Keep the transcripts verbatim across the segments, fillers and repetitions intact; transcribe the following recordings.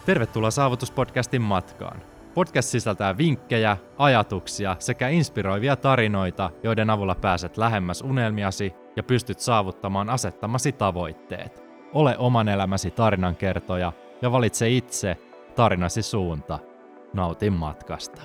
Tervetuloa Saavutuspodcastin matkaan. Podcast sisältää vinkkejä, ajatuksia sekä inspiroivia tarinoita, joiden avulla pääset lähemmäs unelmiasi ja pystyt saavuttamaan asettamasi tavoitteet. Ole oman elämäsi tarinankertoja ja valitse itse tarinasi suunta. Nautin matkasta.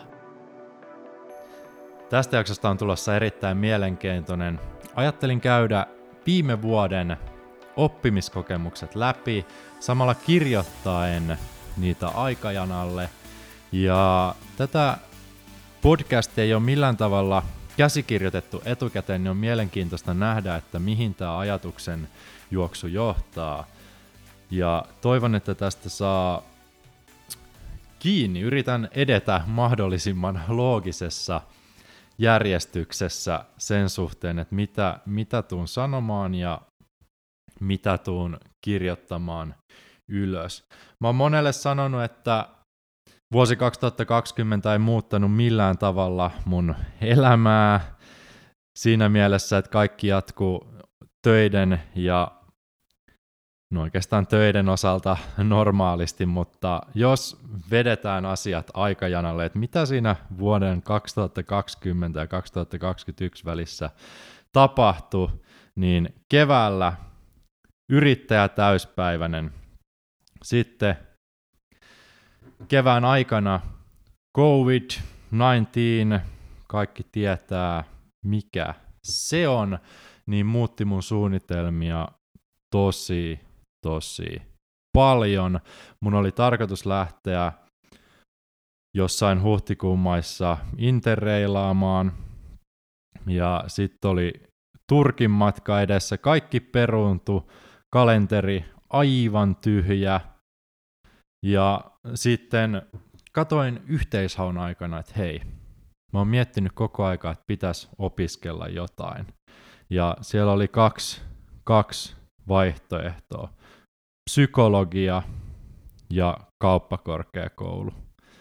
Tästä jaksosta on tulossa erittäin mielenkiintoinen. Ajattelin käydä viime vuoden oppimiskokemukset läpi, samalla kirjoittaen niitä aikajanalle. Ja tätä podcastia ei ole millään tavalla käsikirjoitettu etukäteen, niin on mielenkiintoista nähdä, että mihin tämä ajatuksen juoksu johtaa. Ja toivon, että tästä saa kiinni. Yritän edetä mahdollisimman loogisessa järjestyksessä sen suhteen, että mitä, mitä tuun sanomaan ja mitä tuun kirjoittamaan ylös. Mä oon monelle sanonut, että vuosi kaksituhattakaksikymmentä ei muuttanut millään tavalla mun elämää siinä mielessä, että kaikki jatkuu töiden ja no oikeastaan töiden osalta normaalisti, mutta jos vedetään asiat aikajanalle, että mitä siinä vuoden kaksituhattakaksikymmentä ja kaksituhattakaksikymmentäyksi välissä tapahtui, niin keväällä yrittäjä täyspäiväinen. Sitten kevään aikana covid yhdeksäntoista, kaikki tietää mikä se on, niin muutti mun suunnitelmia tosi, tosi paljon. Mun oli tarkoitus lähteä jossain huhtikuun maissa interreilaamaan ja sitten oli Turkin matka edessä, kaikki peruuntui, kalenteri aivan tyhjä. Ja sitten katoin yhteishaun aikana, että hei, mä oon miettinyt koko aika, että pitäisi opiskella jotain. Ja siellä oli kaksi, kaksi vaihtoehtoa, psykologia ja kauppakorkeakoulu.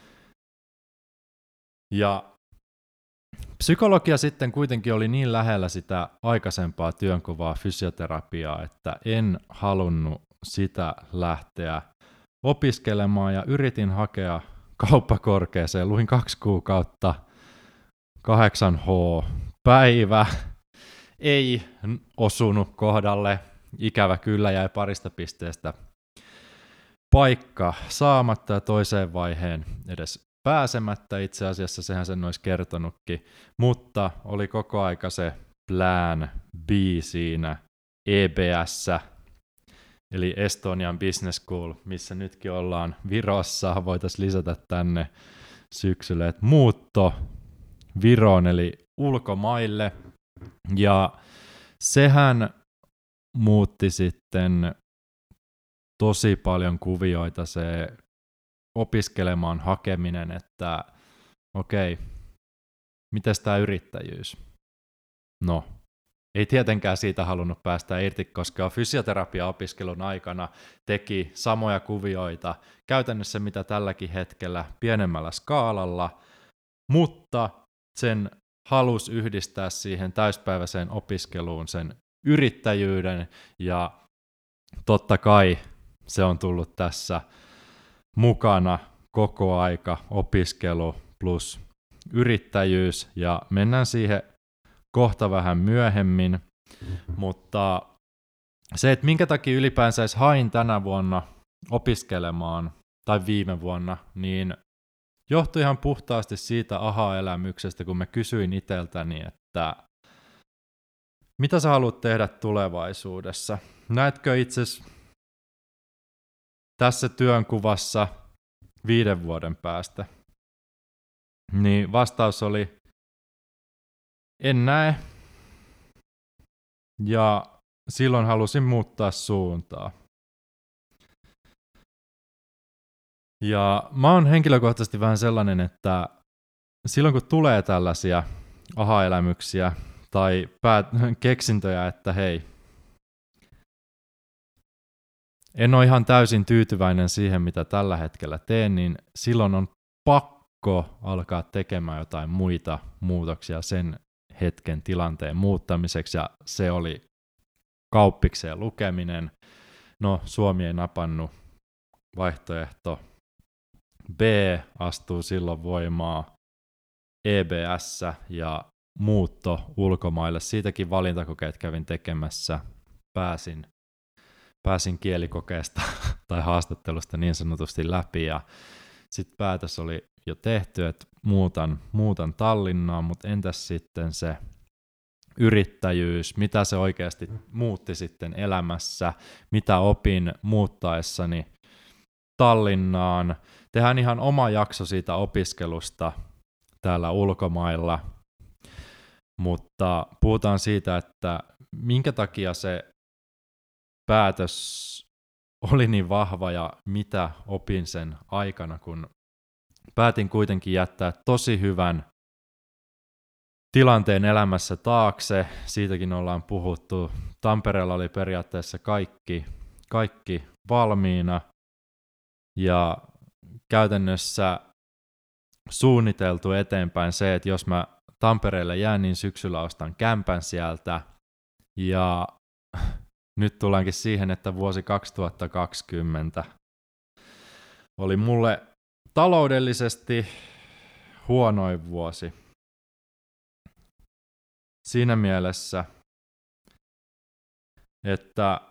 Ja psykologia sitten kuitenkin oli niin lähellä sitä aikaisempaa työnkuvaa fysioterapiaa, että en halunnut sitä lähteä opiskelemaan ja yritin hakea kauppakorkeeseen. Luin kaksi kuukautta, kahdeksan H päivä. Ei osunut kohdalle. Ikävä kyllä jäi parista pisteestä paikka saamatta ja toiseen vaiheen edes pääsemättä. Itse asiassa sehän sen olisi kertonutkin, mutta oli koko aika se plan B siinä E B S, eli Estonian Business School, missä nytkin ollaan Virossa. Voitaisiin lisätä tänne syksyllä, että muutto Viroon, eli ulkomaille. Ja sehän muutti sitten tosi paljon kuvioita se opiskelemaan hakeminen, että okei, mites tämä yrittäjyys? No, ei tietenkään siitä halunnut päästä irti, koska fysioterapia-opiskelun aikana teki samoja kuvioita, käytännössä mitä tälläkin hetkellä pienemmällä skaalalla, mutta sen halusi yhdistää siihen täyspäiväiseen opiskeluun sen yrittäjyyden, ja totta kai se on tullut tässä mukana koko aika, opiskelu plus yrittäjyys, ja mennään siihen kohta vähän myöhemmin, mutta se, että minkä takia ylipäänsä edes hain tänä vuonna opiskelemaan, tai viime vuonna, niin johtui ihan puhtaasti siitä aha-elämyksestä, kun mä kysyin itseltäni, että mitä sä haluat tehdä tulevaisuudessa? Näetkö itses tässä työnkuvassa viiden vuoden päästä? Niin vastaus oli, en näe. Ja silloin halusin muuttaa suuntaa. Ja mä oon henkilökohtaisesti vähän sellainen, että silloin kun tulee tällaisia aha-elämyksiä tai päät- keksintöjä, että hei, en ole ihan täysin tyytyväinen siihen, mitä tällä hetkellä teen, niin silloin on pakko alkaa tekemään jotain muita muutoksia sen hetken tilanteen muuttamiseksi, ja se oli kauppikseen lukeminen. No, Suomi ei napannut, vaihtoehto B astuu silloin voimaan E B S ja muutto ulkomaille. Siitäkin valintakokeet kävin tekemässä. Pääsin, pääsin kielikokeesta tai haastattelusta niin sanotusti läpi ja sitten päätös oli jo tehty, että muutan, muutan Tallinnaan, mutta entäs sitten se yrittäjyys, mitä se oikeasti muutti sitten elämässä, mitä opin muuttaessani Tallinnaan. Tehdään ihan oma jakso siitä opiskelusta täällä ulkomailla, mutta puhutaan siitä, että minkä takia se päätös oli niin vahva ja mitä opin sen aikana, kun päätin kuitenkin jättää tosi hyvän tilanteen elämässä taakse. Siitäkin ollaan puhuttu. Tampereella oli periaatteessa kaikki, kaikki valmiina ja käytännössä suunniteltu eteenpäin se, että jos mä Tampereelle jään, niin syksyllä ostan kämpän sieltä. Ja nyt tullaankin siihen, että vuosi kaksituhattakaksikymmentä oli mulle taloudellisesti huonoin vuosi. Siinä mielessä, että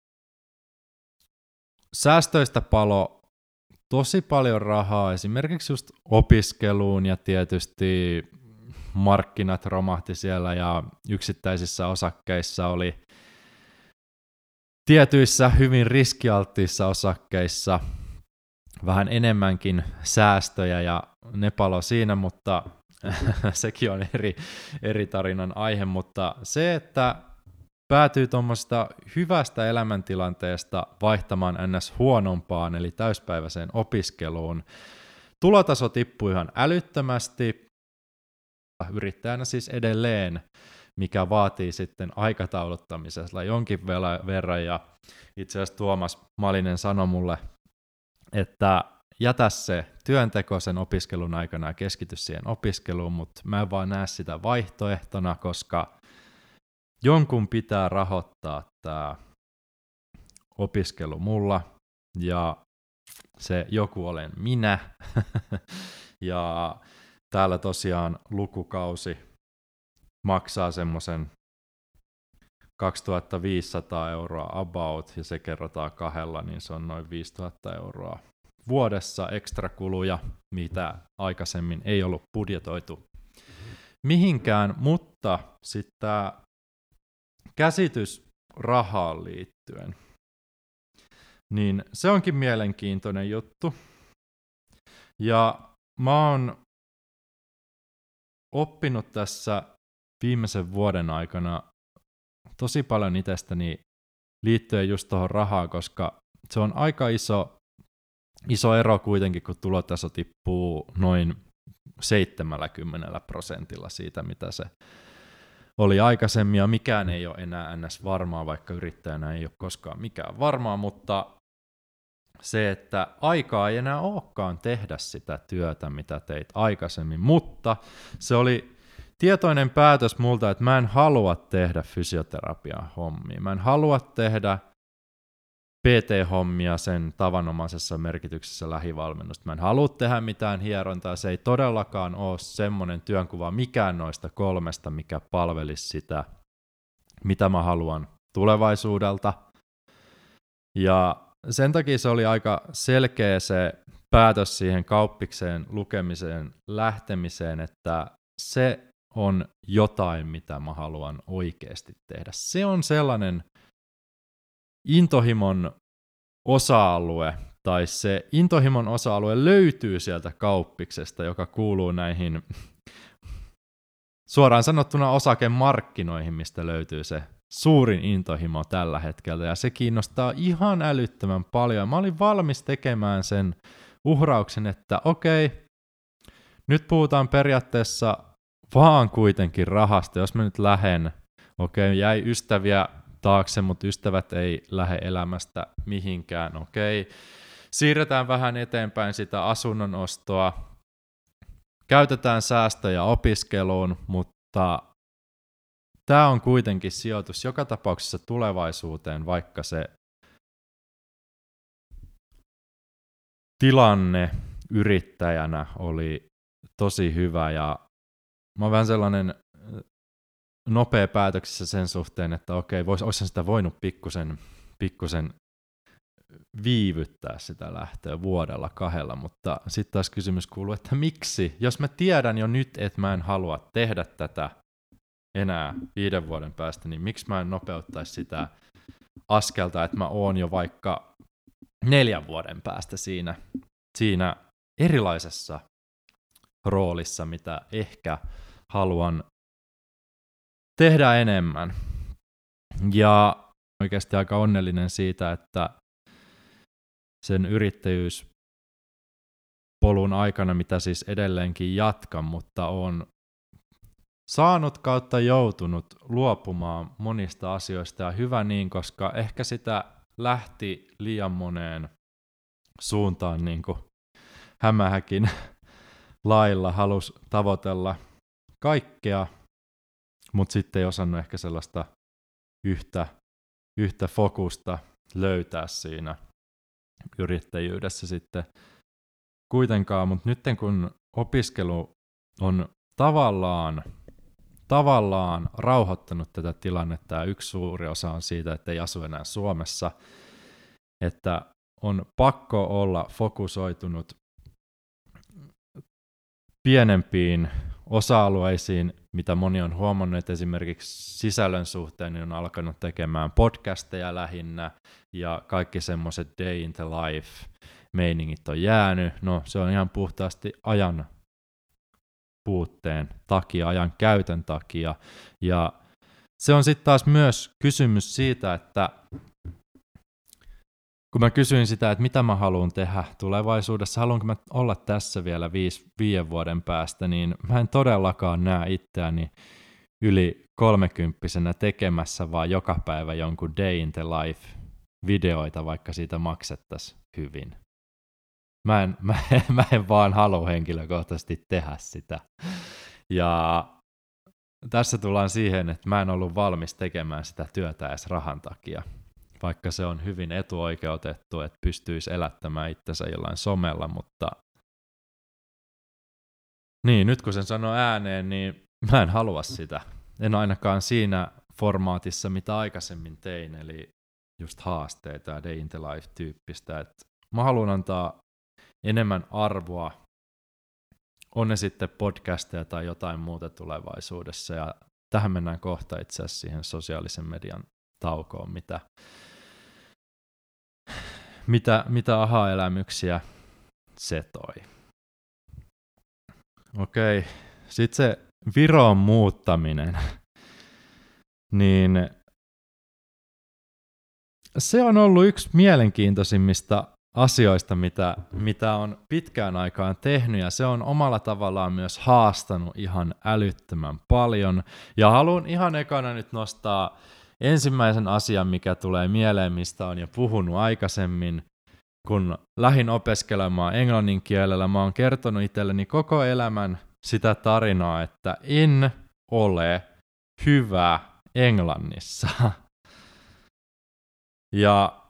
säästöistä palo tosi paljon rahaa esimerkiksi just opiskeluun ja tietysti markkinat romahti siellä ja yksittäisissä osakkeissa oli tietyissä hyvin riskialttiissa osakkeissa vähän enemmänkin säästöjä ja ne palo siinä, mutta sekin on eri, eri tarinan aihe, mutta se, että päätyy tuommoista hyvästä elämäntilanteesta vaihtamaan ns. Huonompaan, eli täyspäiväiseen opiskeluun. Tulotaso tippui ihan älyttömästi, yrittäjänä siis edelleen, mikä vaatii sitten aikatauluttamisella jonkin verran, ja itse asiassa Tuomas Malinen sanoi mulle, että jätä se työnteko sen opiskelun aikana ja keskity siihen opiskeluun, mutta mä en vaan näe sitä vaihtoehtona, koska jonkun pitää rahoittaa tämä opiskelu mulla, ja se joku olen minä, ja täällä tosiaan lukukausi maksaa semmoisen kaksituhattaviisisataa euroa about, ja se kerrotaan kahdella, niin se on noin viisituhatta euroa vuodessa ekstra kuluja, mitä aikaisemmin ei ollut budjetoitu mihinkään, mutta sitten tämä käsitys rahaan liittyen, niin se onkin mielenkiintoinen juttu. Ja mä oon oppinut tässä viimeisen vuoden aikana tosi paljon itsestäni liittyen just tuohon rahaan, koska se on aika iso, iso ero kuitenkin, kun tulotaso tippuu noin seitsemänkymmentä prosentilla siitä, mitä se oli aikaisemmin, ja mikään ei ole enää ns. Varmaa, vaikka yrittäjänä ei ole koskaan mikään varmaa, mutta se, että aikaa ei enää olekaan tehdä sitä työtä, mitä teit aikaisemmin, mutta se oli tietoinen päätös multa, että mä en halua tehdä fysioterapian hommia, mä en halua tehdä P T-hommia sen tavanomaisessa merkityksessä lähivalmennusta. Mä en halua tehdä mitään hierontaa, se ei todellakaan ole semmoinen työnkuva mikään noista kolmesta, mikä palvelisi sitä, mitä mä haluan tulevaisuudelta. Ja sen takia se oli aika selkeä se päätös siihen kauppikseen lukemiseen lähtemiseen, että se on jotain, mitä mä haluan oikeasti tehdä. Se on sellainen intohimon osa-alue, tai se intohimon osa-alue löytyy sieltä kauppiksesta, joka kuuluu näihin suoraan sanottuna osakemarkkinoihin, mistä löytyy se suurin intohimo tällä hetkellä, ja se kiinnostaa ihan älyttömän paljon. Mä olin valmis tekemään sen uhrauksen, että okei, nyt puhutaan periaatteessa vaan kuitenkin rahasta, jos mä nyt lähden, okei, jäi ystäviä taakse, mutta ystävät ei lähde elämästä mihinkään, okei. Siirretään vähän eteenpäin sitä asunnon ostoa, käytetään säästöjä opiskeluun, mutta tämä on kuitenkin sijoitus joka tapauksessa tulevaisuuteen, vaikka se tilanne yrittäjänä oli tosi hyvä ja mä oon vähän sellainen nopea päätöksissä sen suhteen, että okei, vois, olisin sitä voinut pikkusen, pikkusen viivyttää sitä lähtöä vuodella kahdella, mutta sitten taas kysymys kuuluu, että miksi? Jos mä tiedän jo nyt, että mä en halua tehdä tätä enää viiden vuoden päästä, niin miksi mä en nopeuttaisi sitä askelta, että mä oon jo vaikka neljän vuoden päästä siinä, siinä erilaisessa roolissa, mitä ehkä haluan tehdä enemmän. Ja oikeasti aika onnellinen siitä, että sen yrittäjyyspolun aikana, mitä siis edelleenkin jatkan, mutta on saanut kautta joutunut luopumaan monista asioista ja hyvä niin, koska ehkä sitä lähti liian moneen suuntaan niin kuin hämähäkin lailla, halusi tavoitella kaikkea, mutta sitten ei osannut ehkä sellaista yhtä, yhtä fokusta löytää siinä yrittäjyydessä sitten kuitenkaan, mutta nyt kun opiskelu on tavallaan, tavallaan rauhoittanut tätä tilannetta ja yksi suuri osa on siitä, että ei asu enää Suomessa, että on pakko olla fokusoitunut pienempiin osa-alueisiin, mitä moni on huomannut, että esimerkiksi sisällön suhteen niin on alkanut tekemään podcasteja lähinnä, ja kaikki semmoiset day in the life meiningit on jäänyt. No se on ihan puhtaasti ajan puutteen takia, ajan käytön takia, ja se on sitten taas myös kysymys siitä, että kun mä kysyin sitä, että mitä mä haluan tehdä tulevaisuudessa, haluanko mä olla tässä vielä viisi, viiden vuoden päästä, niin mä en todellakaan näe itseäni yli kolmekymppisenä tekemässä vaan joka päivä jonkun day in the life videoita, vaikka siitä maksettaisiin hyvin. Mä en, mä, en, mä en vaan halua henkilökohtaisesti tehdä sitä. Ja tässä tullaan siihen, että mä en ollut valmis tekemään sitä työtä edes rahan takia. Vaikka se on hyvin etuoikeutettu, että pystyisi elättämään itsensä jollain somella, mutta niin, nyt kun sen sanoo ääneen, niin mä en halua sitä. En ainakaan siinä formaatissa, mitä aikaisemmin tein, eli just haasteita ja day in the life-tyyppistä. Et mä haluan antaa enemmän arvoa, on ne sitten podcasteja tai jotain muuta tulevaisuudessa, ja tähän mennään kohta itse asiassa siihen sosiaalisen median taukoon, mitä Mitä, mitä aha-elämyksiä se toi. Okei, sitten se Viroon muuttaminen, niin se on ollut yksi mielenkiintoisimmista asioista, mitä, mitä on pitkään aikaan tehnyt, ja se on omalla tavallaan myös haastanut ihan älyttömän paljon, ja haluan ihan ekana nyt nostaa ensimmäisen asian, mikä tulee mieleen, mistä on jo puhunut aikaisemmin, kun lähdin opiskelemaan englannin kielellä, mä oon kertonut itselleni koko elämän sitä tarinaa, että en ole hyvä englannissa. Ja,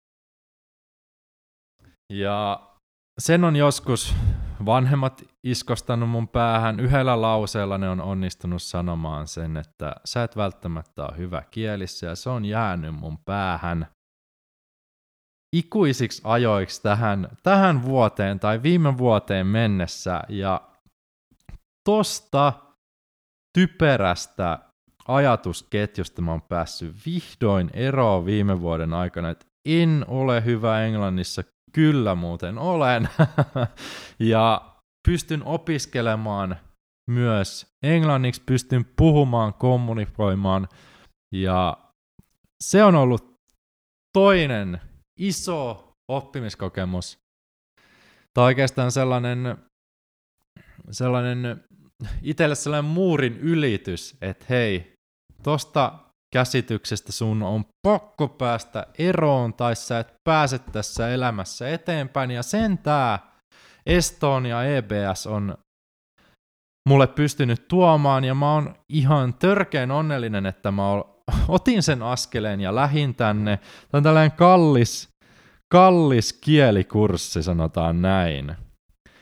ja sen on joskus vanhemmat iskostanut mun päähän. Yhdellä lauseella ne on onnistunut sanomaan sen, että sä et välttämättä ole hyvä kielissä, ja se on jäänyt mun päähän ikuisiksi ajoiksi tähän, tähän vuoteen tai viime vuoteen mennessä, ja tosta typerästä ajatusketjusta mä oon päässyt vihdoin eroon viime vuoden aikana, että en ole hyvä englannissa, kyllä muuten olen, ja pystyn opiskelemaan myös englanniksi, pystyn puhumaan, kommunikoimaan, ja se on ollut toinen iso oppimiskokemus, tai oikeastaan sellainen, sellainen itselle sellainen muurin ylitys, että hei, tosta käsityksestä sun on pakko päästä eroon, tai sä et pääse tässä elämässä eteenpäin, ja sen tää Estonia E B S on mulle pystynyt tuomaan, ja mä oon ihan törkeän onnellinen, että mä otin sen askeleen ja lähin tänne. Tämä on tällainen kallis, kallis kielikurssi, sanotaan näin.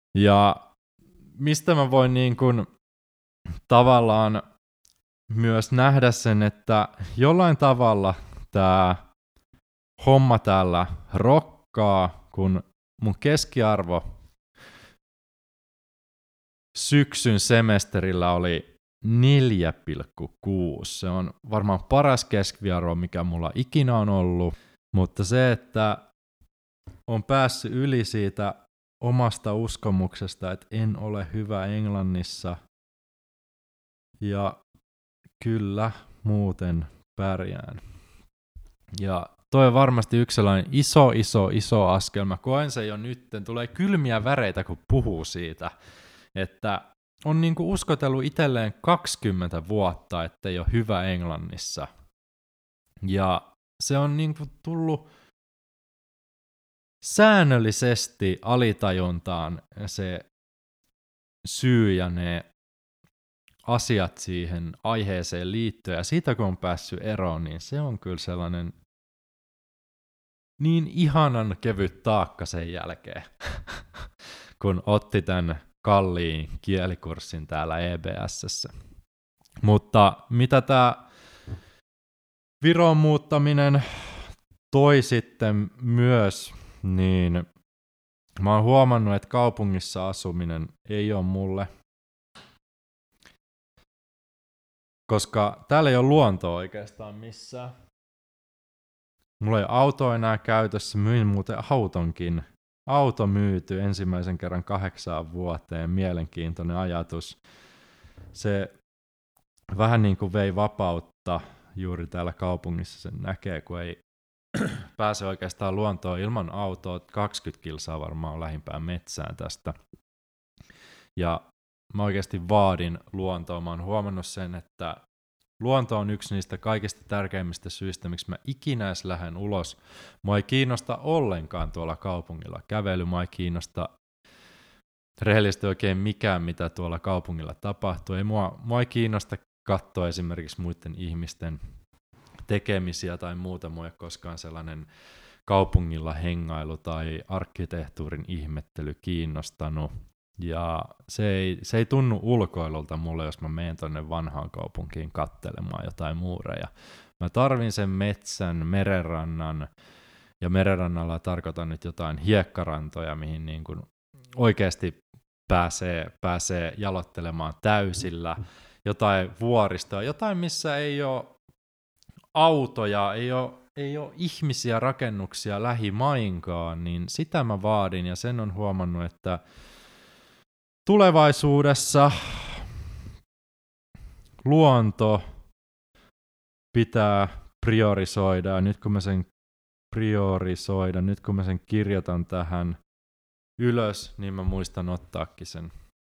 Ja mistä mä voin niin kuin tavallaan myös nähdä sen, että jollain tavalla tämä homma täällä rokkaa, kun mun keskiarvo syksyn semesterillä oli neljä pilkku kuusi. Se on varmaan paras keskiarvo, mikä mulla ikinä on ollut, mutta se, että on päässyt yli siitä omasta uskomuksesta, että en ole hyvä Englannissa ja kyllä muuten pärjään. Ja toi on varmasti yksi sellainen iso, iso, iso askel. Mä koen sen jo nytten. Tulee kylmiä väreitä, kun puhuu siitä, että on niinku uskotellut itselleen kaksikymmentä vuotta, että ei ole hyvä Englannissa. Ja se on niinku tullut säännöllisesti alitajuntaan se syy ja ne asiat siihen aiheeseen liittyen. Ja siitä kun on päässyt eroon, niin se on kyllä sellainen niin ihanan kevyt taakka sen jälkeen, kun otti tämän kalliin kielikurssin täällä E B S:ssä. Mutta mitä tämä Viroon muuttaminen toi sitten myös, niin mä oon huomannut, että kaupungissa asuminen ei ole mulle, koska täällä ei ole luontoa oikeastaan missään. Mulla ei ole autoa enää käytössä, myin muuten autonkin. Auto myyty ensimmäisen kerran kahdeksaan vuoteen, mielenkiintoinen ajatus. Se vähän niin kuin vei vapautta juuri täällä kaupungissa, sen näkee, kun ei pääse oikeastaan luontoon ilman autoa. kaksikymmentä kilsaa varmaan on lähimpään metsään tästä. Ja mä oikeasti vaadin luontoa. Mä oon huomannut sen, että luonto on yksi niistä kaikista tärkeimmistä syistä, miksi mä ikinä edes lähden ulos. Mua ei kiinnosta ollenkaan tuolla kaupungilla kävely, mua ei kiinnosta rehellisesti oikein mikään, mitä tuolla kaupungilla tapahtuu. Ei mua, mua ei kiinnosta katsoa esimerkiksi muiden ihmisten tekemisiä tai muuta. Mua ei koskaan sellainen kaupungilla hengailu tai arkkitehtuurin ihmettely kiinnostanut. Ja se ei, se ei tunnu ulkoilulta mulle, jos mä menen tonne vanhaan kaupunkiin kattelemaan jotain muureja. Mä tarvin sen metsän, merenrannan, ja merenrannalla tarkoitan nyt jotain hiekkarantoja, mihin niin kuin oikeasti pääsee, pääsee jalottelemaan täysillä, jotain vuoristoa, jotain missä ei ole autoja, ei ole, ei ole ihmisiä, rakennuksia lähimainkaan, niin sitä mä vaadin, ja sen on huomannut, että tulevaisuudessa luonto pitää priorisoida, ja nyt kun mä sen priorisoida, nyt kun mä sen kirjoitan tähän ylös, niin mä muistan ottaakin sen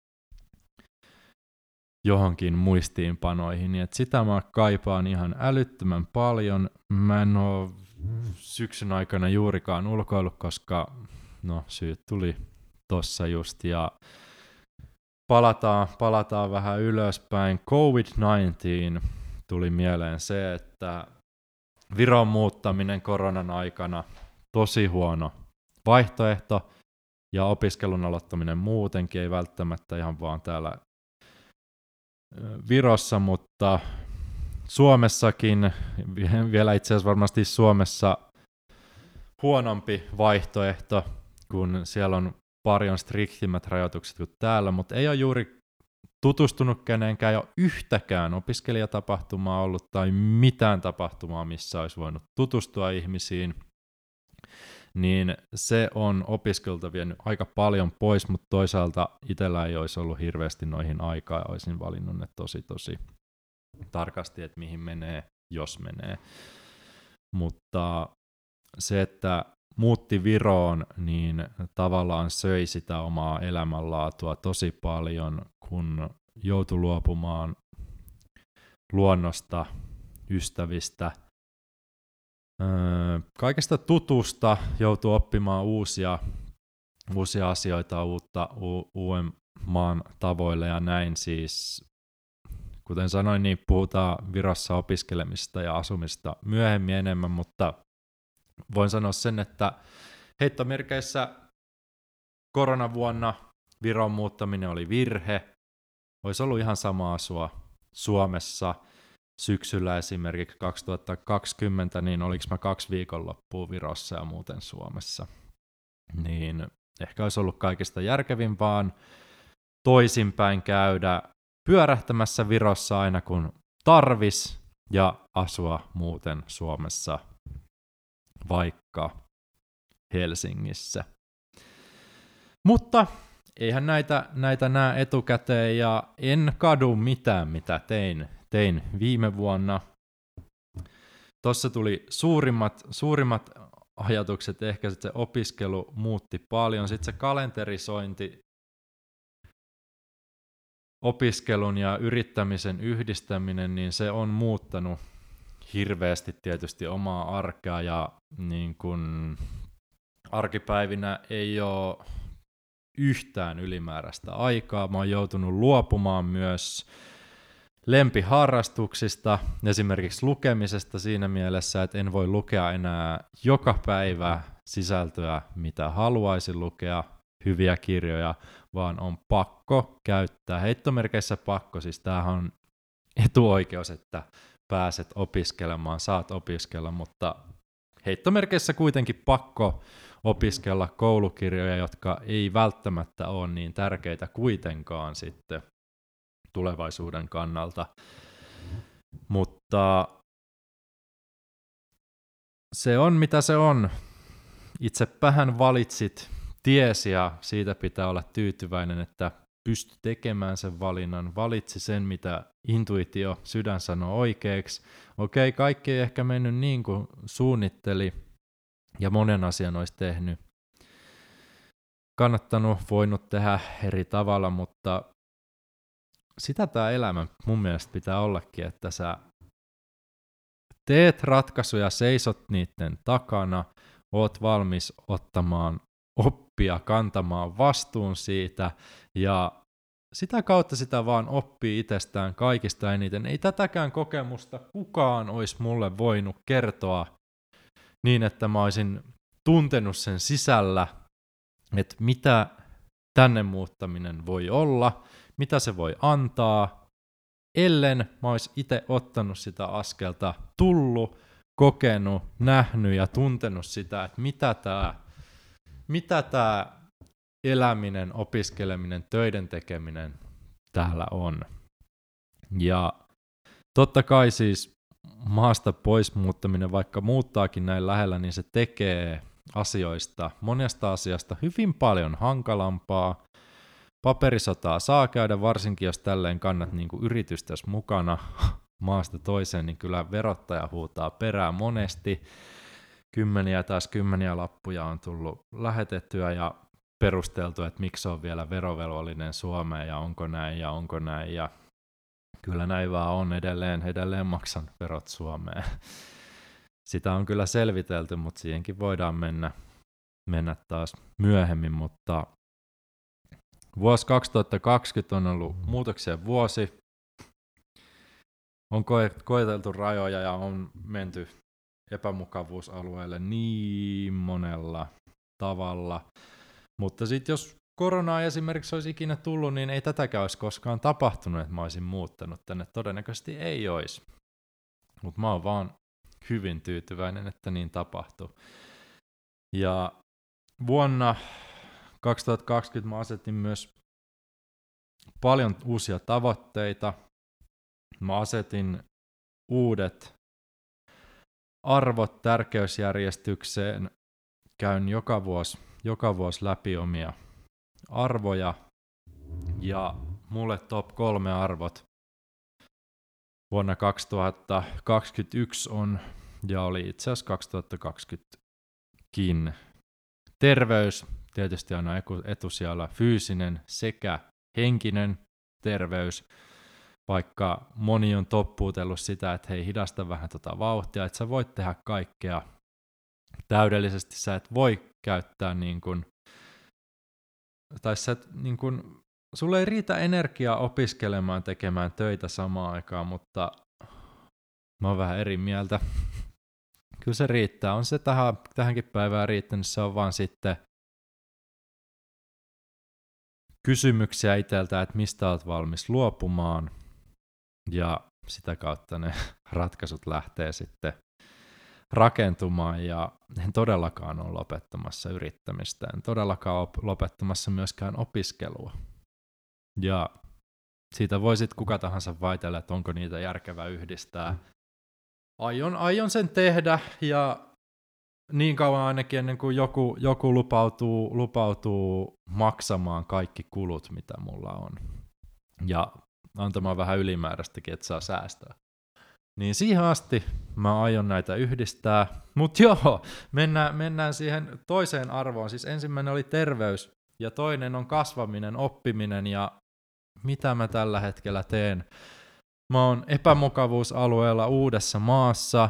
johonkin muistiinpanoihin, niin että sitä mä kaipaan ihan älyttömän paljon. Mä en oo syksyn aikana juurikaan ulkoillut, koska no syyt tuli tossa just, ja Palataan, palataan vähän ylöspäin. covid yhdeksäntoista tuli mieleen se, että Viron muuttaminen koronan aikana tosi huono vaihtoehto, ja opiskelun aloittaminen muutenkin, ei välttämättä ihan vaan täällä Virossa, mutta Suomessakin, vielä itse asiassa varmasti Suomessa huonompi vaihtoehto, kun siellä on paljon striktimmät rajoitukset kuin täällä, mutta ei ole juuri tutustunut kenenkään, ei ole yhtäkään opiskelijatapahtumaa ollut tai mitään tapahtumaa, missä olisi voinut tutustua ihmisiin, niin se on opiskelta vienyt aika paljon pois, mutta toisaalta itsellä ei olisi ollut hirveästi noihin aikaa, ja olisin valinnut ne tosi tosi tarkasti, että mihin menee, jos menee. Mutta se, että muutti Viroon, niin tavallaan söi sitä omaa elämänlaatua tosi paljon, kun joutui luopumaan luonnosta, ystävistä, öö, kaikesta tutusta, joutui oppimaan uusia, uusia asioita, uutta, u- uuden maan tavoille ja näin siis. Kuten sanoin, niin puhutaan Virossa opiskelemisesta ja asumista myöhemmin enemmän, mutta voin sanoa sen, että heittomerkeissä koronavuonna Viron muuttaminen oli virhe. Olisi ollut ihan sama asua Suomessa syksyllä esimerkiksi kaksituhattakaksikymmentä, niin oliks mä kaksi viikonloppua Virossa ja muuten Suomessa. Niin ehkä olisi ollut kaikista järkevin vaan toisinpäin käydä pyörähtämässä Virossa aina kun tarvis ja asua muuten Suomessa vaikka Helsingissä. Mutta eihän näitä, näitä näe etukäteen ja en kadu mitään, mitä tein, tein viime vuonna. Tuossa tuli suurimmat, suurimmat ajatukset, ehkä se opiskelu muutti paljon, sitten se kalenterisointi, opiskelun ja yrittämisen yhdistäminen, niin se on muuttanut hirveästi tietysti omaa arkea ja niin kun arkipäivinä ei ole yhtään ylimääräistä aikaa. Mä oon joutunut luopumaan myös lempiharrastuksista, esimerkiksi lukemisesta siinä mielessä, että en voi lukea enää joka päivä sisältöä, mitä haluaisin lukea, hyviä kirjoja, vaan on pakko käyttää, heittomerkeissä pakko, siis tämähän on etuoikeus, että pääset opiskelemaan, saat opiskella, mutta heittomerkeissä kuitenkin pakko opiskella koulukirjoja, jotka ei välttämättä ole niin tärkeitä kuitenkaan sitten tulevaisuuden kannalta. Mutta se on mitä se on. Itsepähän valitsit tiesi ja siitä pitää olla tyytyväinen, että pysty tekemään sen valinnan, valitsi sen, mitä intuitio, sydän sanoo oikeaksi. Okei, kaikki ei ehkä mennyt niin kuin suunnitteli ja monen asian olisi tehnyt. Kannattanut, voinut tehdä eri tavalla, mutta sitä tämä elämä mun mielestä pitää ollakin, että sä teet ratkaisuja, seisot niiden takana, oot valmis ottamaan oppia, kantamaan vastuun siitä ja sitä kautta sitä vaan oppii itsestään kaikista eniten. Ei tätäkään kokemusta kukaan olisi mulle voinut kertoa niin, että mä olisin tuntenut sen sisällä, että mitä tänne muuttaminen voi olla, mitä se voi antaa, ellen mä olisi itse ottanut sitä askelta, tullut, kokenut, nähnyt ja tuntenut sitä, että mitä tämä mitä tämä eläminen, opiskeleminen, töiden tekeminen täällä on. Ja totta kai siis maasta pois muuttaminen, vaikka muuttaakin näin lähellä, niin se tekee asioista, monesta asiasta hyvin paljon hankalampaa. Paperisotaa saa käydä, varsinkin jos tälleen kannat niin kuin yritystäsi mukana maasta toiseen, niin kyllä verottaja huutaa perään monesti. Kymmeniä taas kymmeniä lappuja on tullut lähetettyä ja perusteltu, että miksi on vielä verovelvollinen Suomeen ja onko näin ja onko näin. Ja kyllä näin vaan on, edelleen, edelleen maksan verot Suomeen. Sitä on kyllä selvitelty, mutta siihenkin voidaan mennä, mennä taas myöhemmin, mutta vuosi kaksituhattakaksikymmentä on ollut muutoksien vuosi. On koeteltu rajoja ja on menty epämukavuusalueelle niin monella tavalla. Mutta sitten jos koronaa esimerkiksi olisi ikinä tullut, niin ei tätäkään olisi koskaan tapahtunut, että mä olisin muuttanut tänne. Todennäköisesti ei olisi. Mutta mä oon vaan hyvin tyytyväinen, että niin tapahtui. Ja vuonna kaksituhattakaksikymmentä mä asetin myös paljon uusia tavoitteita. Mä asetin uudet arvot tärkeysjärjestykseen, käyn joka vuosi, joka vuosi läpi omia arvoja ja mulle top kolme arvot vuonna kaksituhattakaksikymmentäyksi on ja oli itse asiassa kaksituhattakaksikymmentäkin terveys, tietysti aina etusijalla fyysinen sekä henkinen terveys. Vaikka moni on toppuutellut sitä, että hei, hidasta vähän tota vauhtia, että sä voit tehdä kaikkea täydellisesti, sä et voi käyttää niin kuin, tai sä et, niin kuin, sulle ei riitä energiaa opiskelemaan, tekemään töitä samaan aikaan, mutta mä oon vähän eri mieltä. Kyllä se riittää, on se tähän, tähänkin päivään riittänyt, se on vaan sitten kysymyksiä itseltä, että mistä olet valmis luopumaan, ja sitä kautta ne ratkaisut lähtee sitten rakentumaan, ja en todellakaan ole lopettamassa yrittämistä, en todellakaan ole lopettamassa myöskään opiskelua. Ja siitä voi sitten kuka tahansa vaitella, että onko niitä järkevää yhdistää. Aion, aion sen tehdä, ja niin kauan ainakin ennen kuin joku, joku lupautuu, lupautuu maksamaan kaikki kulut, mitä mulla on. Ja antamaan vähän ylimääräistäkin, että saa säästää. Niin siihen asti mä aion näitä yhdistää. Mutta joo, mennään, mennään siihen toiseen arvoon. Siis ensimmäinen oli terveys, ja toinen on kasvaminen, oppiminen, ja mitä mä tällä hetkellä teen. Mä oon epämukavuusalueella uudessa maassa,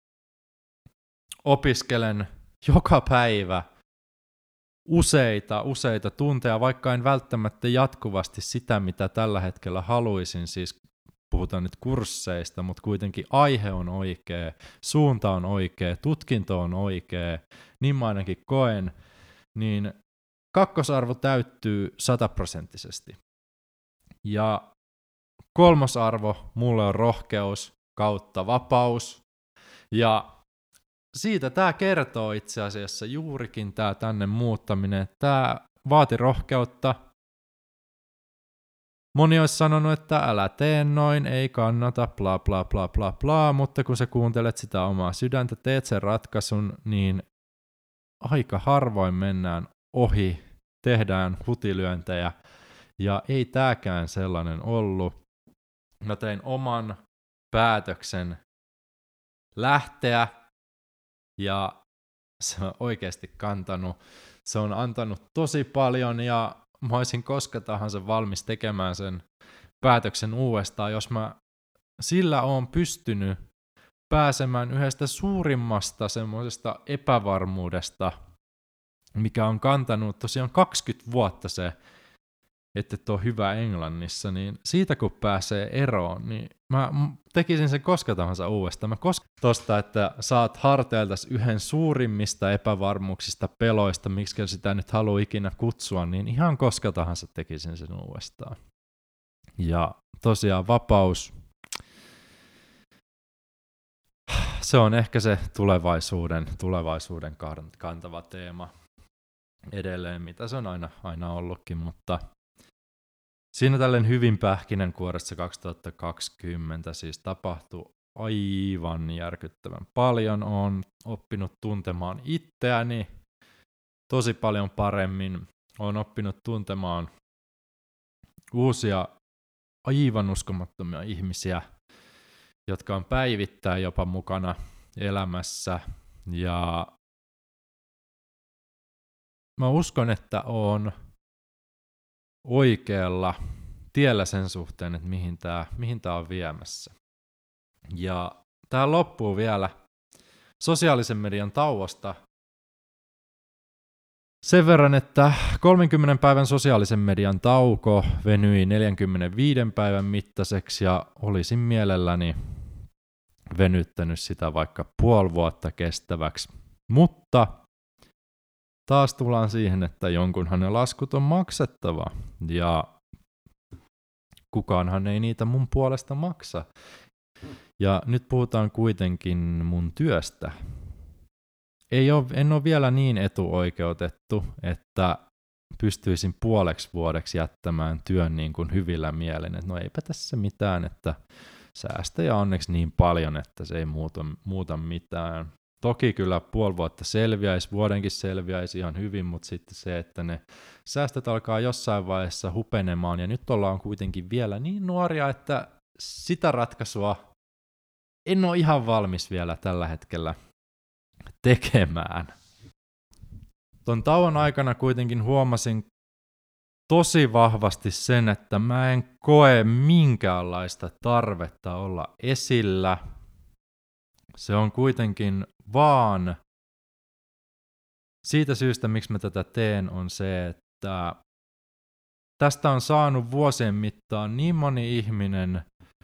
opiskelen joka päivä useita, useita tunteja, vaikka en välttämättä jatkuvasti sitä, mitä tällä hetkellä haluaisin, siis puhutaan nyt kursseista, mutta kuitenkin aihe on oikea, suunta on oikea, tutkinto on oikea, niin mä ainakin koen, niin kakkosarvo täyttyy sataprosenttisesti. Ja kolmosarvo mulle on rohkeus kautta vapaus, ja siitä tämä kertoo itse asiassa juurikin tämä tänne muuttaminen. Tämä vaati rohkeutta. Moni olisi sanonut, että älä tee noin, ei kannata, bla bla bla bla bla, mutta kun sä kuuntelet sitä omaa sydäntä, teet sen ratkaisun, niin aika harvoin mennään ohi, tehdään hutilyöntejä, ja ei tääkään sellainen ollut. Mä tein oman päätöksen lähteä, ja se on oikeasti kantanut, se on antanut tosi paljon, ja mä olisin koska tahansa valmis tekemään sen päätöksen uudestaan, jos mä sillä oon pystynyt pääsemään yhdestä suurimmasta semmoisesta epävarmuudesta, mikä on kantanut tosiaan kaksikymmentä vuotta se, että et ole hyvä Englannissa, niin siitä kun pääsee eroon, niin mä tekisin sen koska tahansa uudestaan. Mä koska tosta, että saat harteiltas yhden suurimmista epävarmuuksista, peloista, miksi sitä nyt haluaa ikinä kutsua, niin ihan koska tahansa tekisin sen uudestaan. Ja tosiaan vapaus, se on ehkä se tulevaisuuden, tulevaisuuden kantava teema edelleen, mitä se on aina, aina ollutkin, mutta siinä tälleen hyvin pähkinänkuoressa kaksituhattakaksikymmentä siis tapahtui aivan järkyttävän paljon. Olen oppinut tuntemaan itseäni tosi paljon paremmin. Olen oppinut tuntemaan uusia aivan uskomattomia ihmisiä, jotka on päivittäin jopa mukana elämässä. Ja mä uskon, että on oikealla tiellä sen suhteen, että mihin tämä mihin tää on viemässä. Ja tää loppuu vielä sosiaalisen median tauosta sen verran, että kolmenkymmenen päivän sosiaalisen median tauko venyi neljänkymmenenviiden päivän mittaiseksi, ja olisin mielelläni venyttänyt sitä vaikka puoli vuotta kestäväksi. Mutta taas tullaan siihen, että jonkunhan ne laskut on maksettava, ja kukaanhan ei niitä mun puolesta maksa. Ja nyt puhutaan kuitenkin mun työstä. Ei ole, en ole vielä niin etuoikeutettu, että pystyisin puoleksi vuodeksi jättämään työn niin kuin hyvillä mielin. Et no eipä tässä mitään, että säästöjä onneksi niin paljon, että se ei muuta, muuta mitään. Toki kyllä puoli vuotta selviäisi, vuodenkin selviäisi ihan hyvin, mutta sitten se, että ne säästöt alkaa jossain vaiheessa hupenemaan, ja nyt ollaan kuitenkin vielä niin nuoria, että sitä ratkaisua en ole ihan valmis vielä tällä hetkellä tekemään. Ton tauon aikana kuitenkin huomasin tosi vahvasti sen, että mä en koe minkäänlaista tarvetta olla esillä. Se on kuitenkin vaan siitä syystä, miksi mä tätä teen, on se, että tästä on saanut vuosien mittaan niin moni ihminen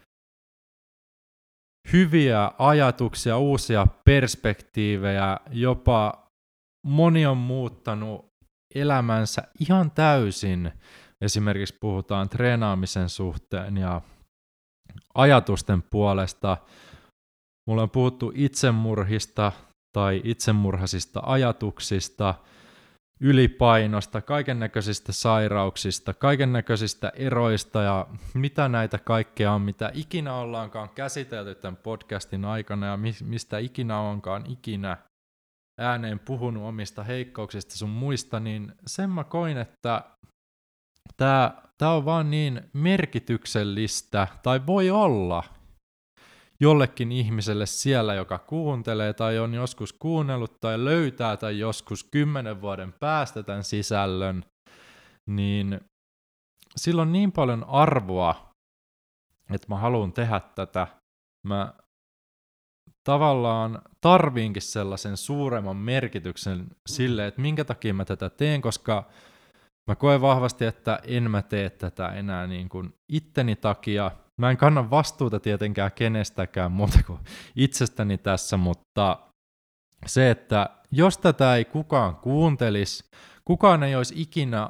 hyviä ajatuksia, uusia perspektiivejä, jopa moni on muuttanut elämänsä ihan täysin, esimerkiksi puhutaan treenaamisen suhteen ja ajatusten puolesta. Mulla on puhuttu itsemurhista tai itsemurhaisista ajatuksista, ylipainosta, kaikennäköisistä sairauksista, kaikennäköisistä eroista ja mitä näitä kaikkea on, mitä ikinä ollaankaan käsitelty tämän podcastin aikana ja mistä ikinä onkaan ikinä ääneen puhunut omista heikkouksista sun muista, niin sen mä koin, että tää, tää on vaan niin merkityksellistä, tai voi olla jollekin ihmiselle siellä, joka kuuntelee tai on joskus kuunnellut tai löytää tai joskus kymmenen vuoden päästä tämän sisällön, niin sillä on niin paljon arvoa, että mä haluan tehdä tätä. Mä tavallaan tarviinkin sellaisen suuremman merkityksen sille, että minkä takia mä tätä teen, koska mä koen vahvasti, että en mä tee tätä enää niin kuin itteni takia. Mä en kanna vastuuta tietenkään kenestäkään muuta kuin itsestäni tässä, mutta se, että jos tätä ei kukaan kuuntelisi, kukaan ei olisi ikinä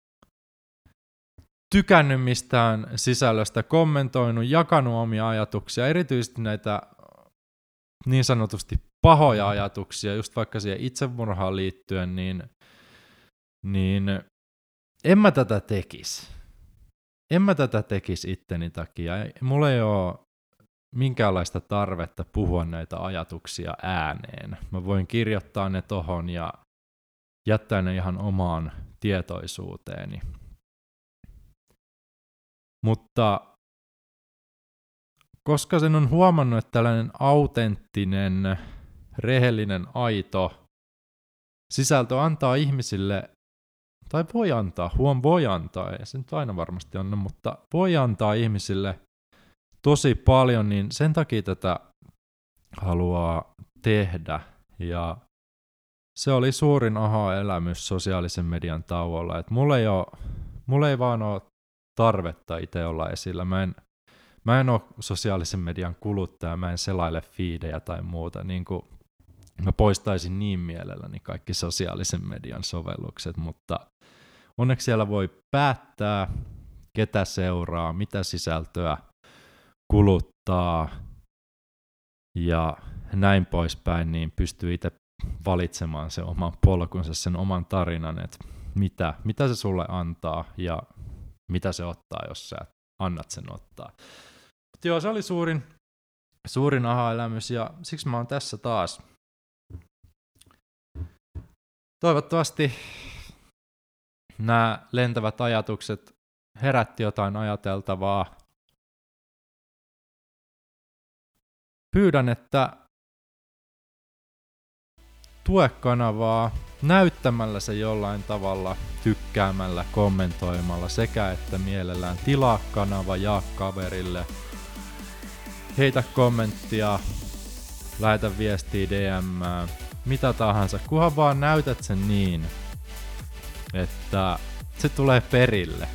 tykännyt mistään sisällöstä, kommentoinut, jakanut omia ajatuksia, erityisesti näitä niin sanotusti pahoja ajatuksia, just vaikka siihen itsemurhaan liittyen, niin, niin en mä tätä tekisi. En mä tätä tekisi itteni takia. Mulla ei ole minkäänlaista tarvetta puhua näitä ajatuksia ääneen. Mä voin kirjoittaa ne tohon ja jättää ne ihan omaan tietoisuuteeni. Mutta koska sen on huomannut, että tällainen autenttinen, rehellinen, aito sisältö antaa ihmisille, tai voi antaa, huom voi antaa, ei se nyt aina varmasti anna, mutta voi antaa ihmisille tosi paljon, niin sen takia tätä haluaa tehdä. Ja se oli suurin aha-elämys sosiaalisen median tauolla, että mulla ei, ole, mulla ei vaan ole tarvetta itse olla esillä. Mä en, mä en ole sosiaalisen median kuluttaja, mä en selaile feedejä tai muuta, niin kuin mä poistaisin niin mielelläni kaikki sosiaalisen median sovellukset, mutta onneksi siellä voi päättää, ketä seuraa, mitä sisältöä kuluttaa ja näin poispäin, niin pystyy itse valitsemaan sen oman polkunsa, sen oman tarinan, että mitä, mitä se sulle antaa ja mitä se ottaa, jos sä annat sen ottaa. Mutta joo, se oli suurin, suurin aha-elämys ja siksi mä oon tässä taas. Toivottavasti nämä lentävät ajatukset herätti jotain ajateltavaa. Pyydän, että tue kanavaa näyttämällä se jollain tavalla, tykkäämällä, kommentoimalla sekä että mielellään tilaa kanava, jaa kaverille, heitä kommenttia, lähetä viestiä D M:ään, mitä tahansa, kunhan vaan näytät sen niin, että se tulee perille.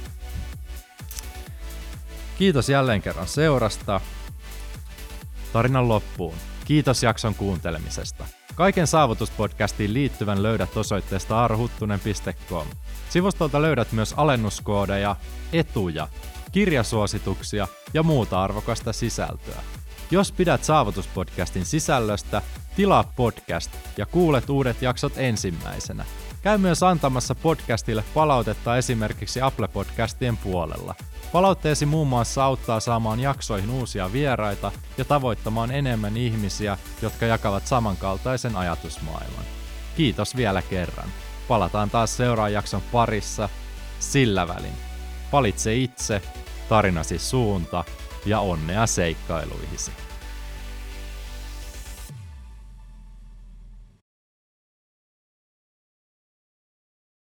Kiitos jälleen kerran seurasta. Tarinan loppuun. Kiitos jakson kuuntelemisesta. Kaiken saavutuspodcastiin liittyvän löydät osoitteesta aarhuttunen piste com. Sivustolta löydät myös alennuskoodeja, etuja, kirjasuosituksia ja muuta arvokasta sisältöä. Jos pidät Saavutuspodcastin sisällöstä, tilaa podcast ja kuulet uudet jaksot ensimmäisenä. Käy myös antamassa podcastille palautetta esimerkiksi Apple-podcastien puolella. Palautteesi muun muassa auttaa saamaan jaksoihin uusia vieraita ja tavoittamaan enemmän ihmisiä, jotka jakavat samankaltaisen ajatusmaailman. Kiitos vielä kerran. Palataan taas seuraavan jakson parissa. Sillä välin. Valitse itse, tarinasi suunta ja onnea seikkailuihisi.